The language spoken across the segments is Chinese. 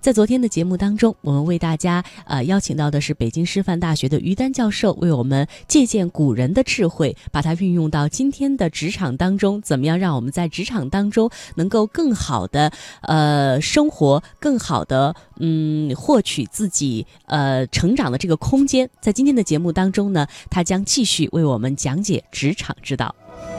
在昨天的节目当中，我们为大家邀请到的是北京师范大学的于丹教授，为我们借鉴古人的智慧，把它运用到今天的职场当中，怎么样让我们在职场当中能够更好的生活，更好的获取自己成长的这个空间。在今天的节目当中呢，他将继续为我们讲解职场之道。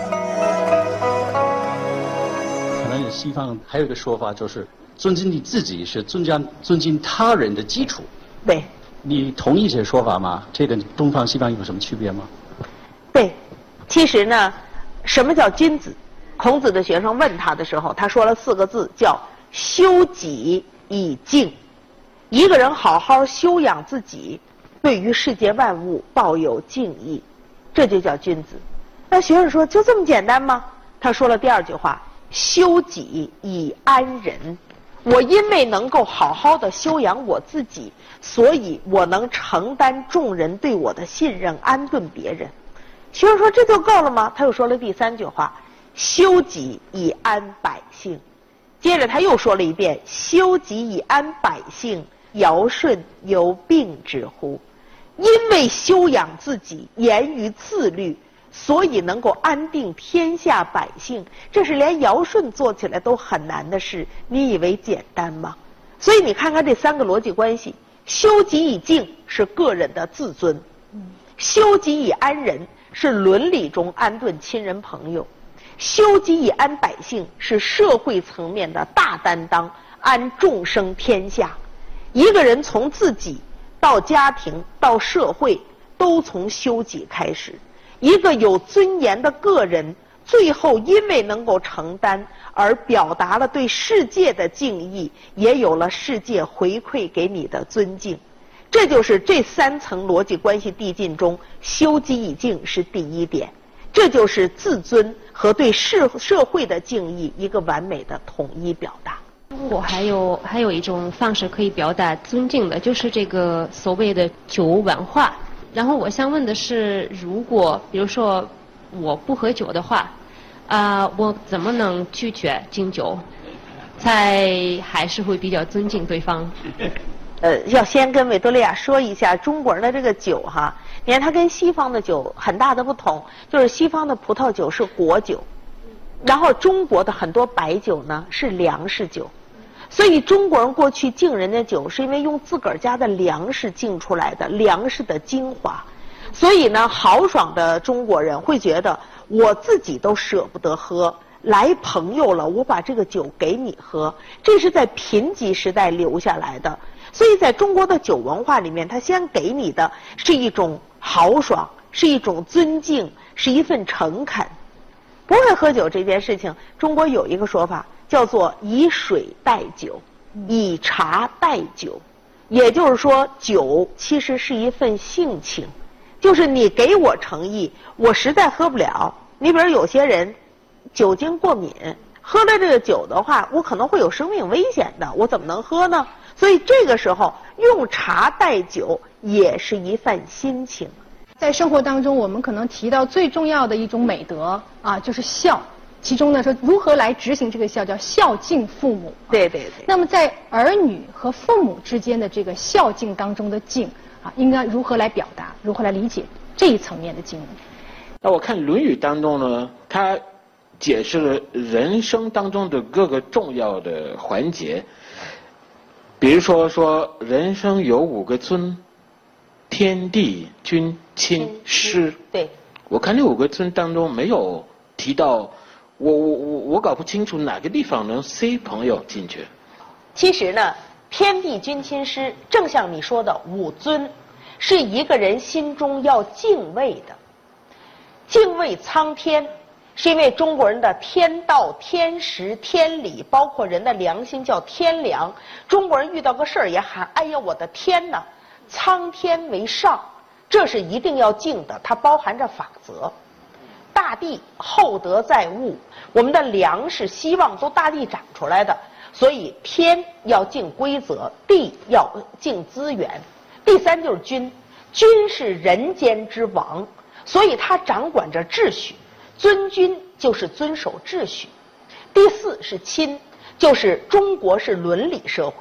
可能西方还有一个说法，就是尊敬你自己是尊敬他人的基础。 对， 你同意这个说法吗？这跟东方西方有什么区别吗？ 对，其实呢，什么叫君子？孔子的学生问他的时候，他说了4个字，叫修己以敬。一个人好好修养自己，对于世界万物抱有敬意，这就叫君子。那学生说，就这么简单吗？他说了第2句话，修己以安人。我因为能够好好的修养我自己，所以我能承担众人对我的信任，安顿别人。学生说，这就够了吗？他又说了第3句话，修己以安百姓。接着他又说了一遍，修己以安百姓，尧舜有病之乎？因为修养自己，严于自律，所以能够安定天下百姓，这是连尧舜做起来都很难的事，你以为简单吗？所以你看看这3个逻辑关系，修己以敬是个人的自尊，修己以安人是伦理中安顿亲人朋友，修己以安百姓是社会层面的大担当，安众生天下。一个人从自己到家庭到社会，都从修己开始。一个有尊严的个人，最后因为能够承担，而表达了对世界的敬意，也有了世界回馈给你的尊敬。这就是这3层逻辑关系递进中，修己以敬是第1点，这就是自尊和对社会的敬意一个完美的统一表达。 中国还有一种方式可以表达尊敬的，就是这个所谓的酒文化。然后我想问的是，如果比如说我不喝酒的话，我怎么能拒绝敬酒，才还是会比较尊敬对方？ 要先跟维多利亚说一下中国人的这个酒哈，你看它跟西方的酒很大的不同，就是西方的葡萄酒是果酒，然后中国的很多白酒呢是粮食酒。所以中国人过去敬人的酒，是因为用自个儿家的粮食敬出来的，粮食的精华。所以呢，豪爽的中国人会觉得，我自己都舍不得喝，来朋友了，我把这个酒给你喝，这是在贫瘠时代留下来的。所以在中国的酒文化里面，它先给你的是一种豪爽，是一种尊敬，是一份诚恳。不会喝酒这件事情，中国有一个说法，叫做以水代酒，以茶代酒。也就是说，酒其实是一份性情，就是你给我诚意，我实在喝不了。你比如有些人酒精过敏，喝了这个酒的话，我可能会有生命危险的，我怎么能喝呢？所以这个时候用茶代酒也是一份心情。 在生活当中，我们可能提到最重要的一种美德就是孝。其中呢，说如何来执行这个孝，叫孝敬父母。 对对对。 那么在儿女和父母之间的这个孝敬当中的敬应该如何来表达，如何来理解这一层面的敬呢？ 那我看《论语》当中呢，它解释了人生当中的各个重要的环节。比如说人生有5个尊：天地君亲师。 对。 我看这5个尊当中没有提到，我搞不清楚哪个地方能塞朋友进去。 其实呢，天地君亲师正像你说的5尊，是一个人心中要敬畏的。敬畏苍天，是因为中国人的天道、天时、天理，包括人的良心叫天良。中国人遇到个事儿也喊哎呀我的天哪，苍天为上，这是一定要敬的，它包含着法则。大地厚德载物，我们的粮食希望都大地长出来的，所以天要敬规则，地要敬资源。第3就是君，君是人间之王，所以他掌管着秩序，尊君就是遵守秩序。第4是亲，就是中国是伦理社会，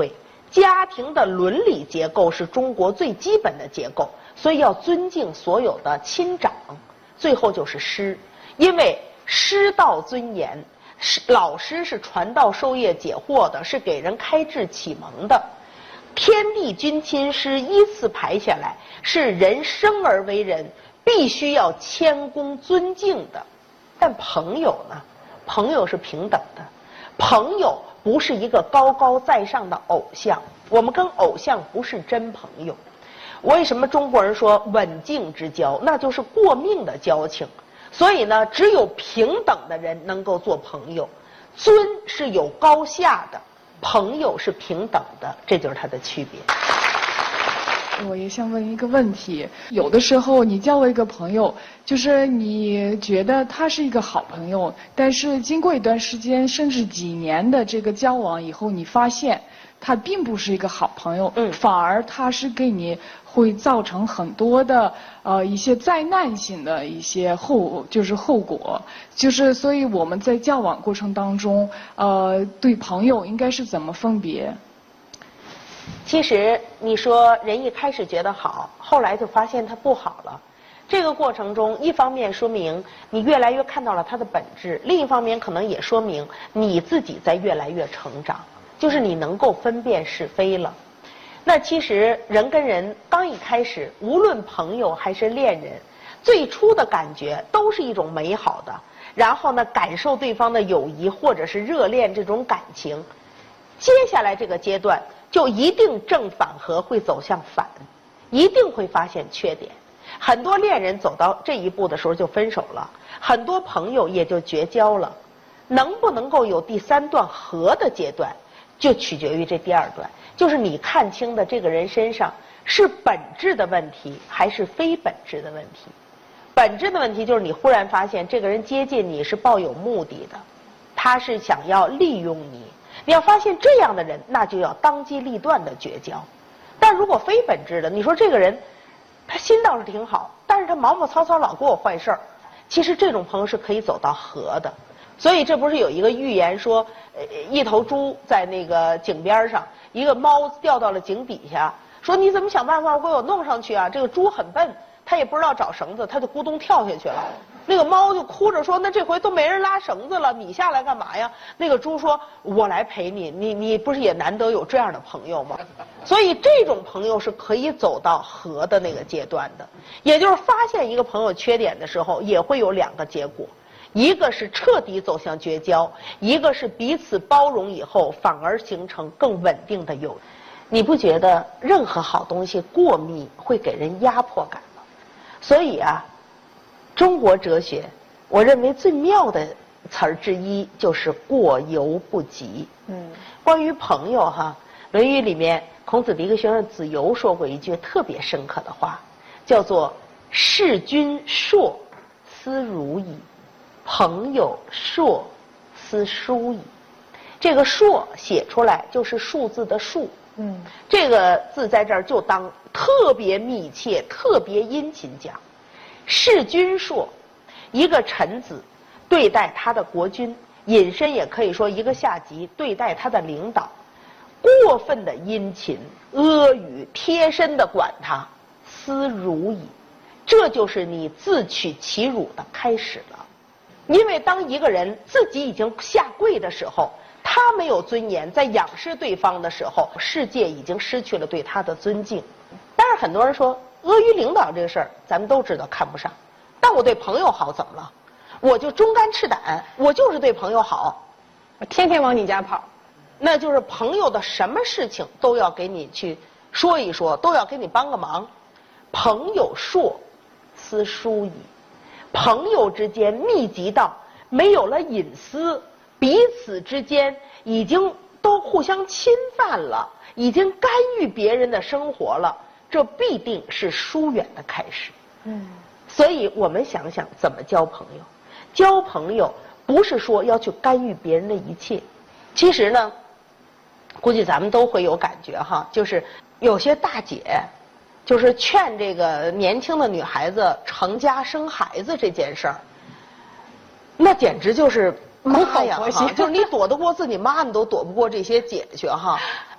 家庭的伦理结构是中国最基本的结构，所以要尊敬所有的亲长。最后就是师，因为师道尊严，老师是传道授业解惑的，是给人开智启蒙的。天地君亲师依次排下来，是人生而为人必须要谦恭尊敬的。但朋友呢？朋友是平等的，朋友不是一个高高在上的偶像，我们跟偶像不是真朋友。为什么中国人说刎颈之交？那就是过命的交情。所以呢，只有平等的人能够做朋友。尊是有高下的，朋友是平等的，这就是它的区别。 我也想问一个问题，有的时候你交了一个朋友，就是你觉得他是一个好朋友，但是经过一段时间甚至几年的这个交往以后，你发现他并不是一个好朋友，反而他是给你会造成很多的一些灾难性的一些后果，就是所以我们在交往过程当中，对朋友应该是怎么分别？ 其实你说人一开始觉得好，后来就发现他不好了。这个过程中，一方面说明你越来越看到了他的本质，另一方面可能也说明你自己在越来越成长，就是你能够分辨是非了。那其实人跟人刚一开始，无论朋友还是恋人，最初的感觉都是一种美好的，然后呢，感受对方的友谊或者是热恋这种感情。接下来这个阶段就一定正反合会走向反，一定会发现缺点。很多恋人走到这一步的时候就分手了，很多朋友也就绝交了。能不能够有第三段合的阶段，就取决于这第二段，就是你看清的这个人身上是本质的问题还是非本质的问题。本质的问题就是你忽然发现这个人接近你是抱有目的的，他是想要利用你。你要发现这样的人，那就要当机立断的绝交。但如果非本质的，你说这个人他心倒是挺好，但是他毛毛糙糙老给我坏事儿，其实这种朋友是可以走到和的。所以这不是有一个寓言说，一头猪在那个井边上，一个猫掉到了井底下，说你怎么想办法给我弄上去啊？这个猪很笨，他也不知道找绳子，他就咕咚跳下去了。那个猫就哭着说，那这回都没人拉绳子了，你下来干嘛呀？那个猪说，我来陪你，你不是也难得有这样的朋友吗？所以这种朋友是可以走到和的那个阶段的。也就是发现一个朋友缺点的时候，也会有两个结果，一个是彻底走向绝交，一个是彼此包容以后反而形成更稳定的友谊。你不觉得任何好东西过密会给人压迫感吗？所以啊，中国哲学我认为最妙的词儿之一就是过犹不及。关于朋友哈，《论语》里面孔子的一个学生子游说过一句特别深刻的话，叫做事君硕斯如矣，朋友硕斯疏矣。这个硕写出来就是数字的数，这个字在这儿就当特别密切特别殷勤讲。事君硕，一个臣子对待他的国君，引申也可以说一个下级对待他的领导，过分的殷勤阿谀贴身的管他，斯如矣，这就是你自取其辱的开始了。因为当一个人自己已经下跪的时候，他没有尊严，在仰视对方的时候，世界已经失去了对他的尊敬。但是很多人说阿谀领导这个事儿咱们都知道看不上，但我对朋友好怎么了？我就忠肝赤胆，我就是对朋友好， 我天天往你家跑。 那就是朋友的什么事情都要给你去说一说，都要给你帮个忙。朋友硕斯疏矣，朋友之间密集到没有了隐私，彼此之间已经都互相侵犯了，已经干预别人的生活了，这必定是疏远的开始。所以我们想想怎么交朋友。交朋友不是说要去干预别人的一切，其实呢，估计咱们都会有感觉哈，就是有些大姐就是劝这个年轻的女孩子成家生孩子这件事儿，那简直就是妈呀哈，就是你躲得过自己妈，你都躲不过这些姐姐哈。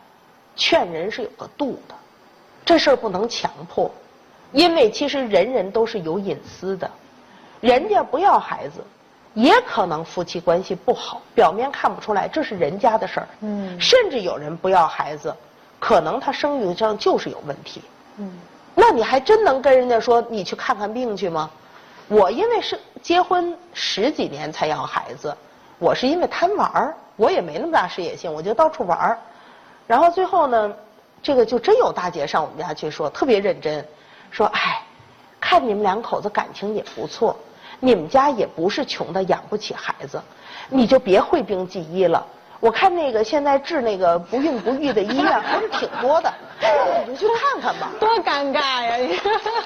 劝人是有个度的，这事儿不能强迫，因为其实人人都是有隐私的，人家不要孩子，也可能夫妻关系不好，表面看不出来，这是人家的事儿。甚至有人不要孩子，可能他生育上就是有问题。那你还真能跟人家说你去看看病去吗？我因为是结婚10几年才要孩子，我是因为贪玩儿，我也没那么大事业心，我就到处玩儿。然后最后呢，这个就真有大姐上我们家去说，特别认真，说哎，看你们2口子感情也不错，你们家也不是穷的养不起孩子，你就别汇兵记医了。我看那个现在治那个不孕不育的医院还是挺多的，你就去看看吧。 多尴尬呀！你。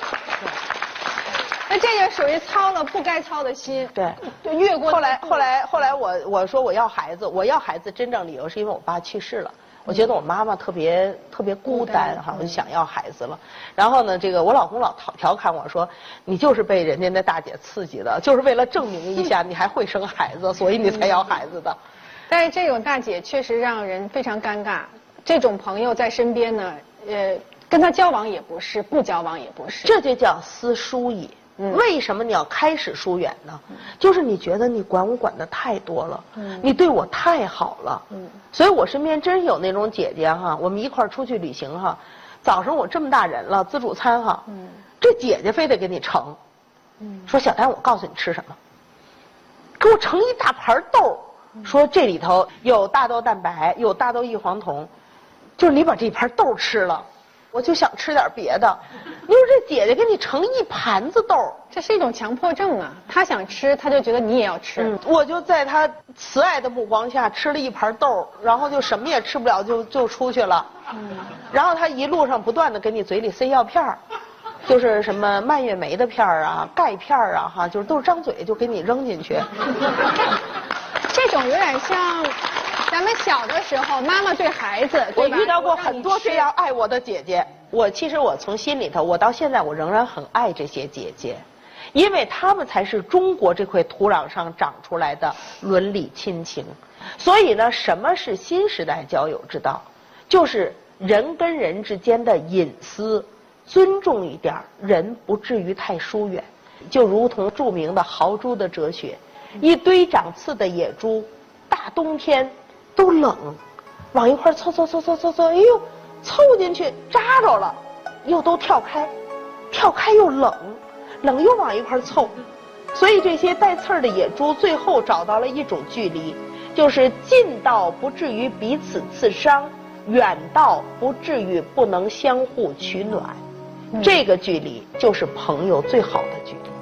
那这就属于操了不该操的心。 对， 就越过。 后来我说我要孩子，真正理由是因为我爸去世了。我觉得我妈妈特别孤单哈，我就想要孩子了。然后呢，这个我老公老调侃我说，你就是被人家那大姐刺激的，就是为了证明一下你还会生孩子，所以你才要孩子的。 但是这种大姐确实让人非常尴尬。这种朋友在身边呢，跟他交往也不是，不交往也不是。 这就叫思疏也。为什么你要开始疏远呢？就是你觉得你管我管得太多了，你对我太好了。所以我身边真有那种姐姐哈，我们一块儿出去旅行哈，早上我这么大人了，自助餐哈，这姐姐非得给你盛，说小丹我告诉你吃什么，给我盛一大盘豆，说这里头有大豆蛋白，有大豆异黄酮，就是你把这盘豆吃了。我就想吃点别的，你说这姐姐给你盛一盘子豆， 这是一种强迫症啊！她想吃，她就觉得你也要吃。 我就在她慈爱的目光下吃了一盘豆，然后就什么也吃不了，就出去了。然后她一路上不断的给你嘴里塞药片儿，就是什么蔓越莓的片儿啊、钙片儿啊，哈，就是都是张嘴就给你扔进去。 这种有点像咱们小的时候，妈妈对孩子， 我遇到过很多这样爱我的姐姐。其实我从心里头，我到现在我仍然很爱这些姐姐，因为她们才是中国这块土壤上长出来的伦理亲情。所以呢，什么是新时代交友之道？就是人跟人之间的隐私尊重一点，人不至于太疏远。就如同著名的豪猪的哲学，一堆长刺的野猪，大冬天都冷，往一块凑，哎呦，凑进去扎着了，又都跳开又冷又往一块凑，所以这些带刺儿的野猪最后找到了一种距离，就是近到不至于彼此刺伤，远到不至于不能相互取暖，这个距离就是朋友最好的距离。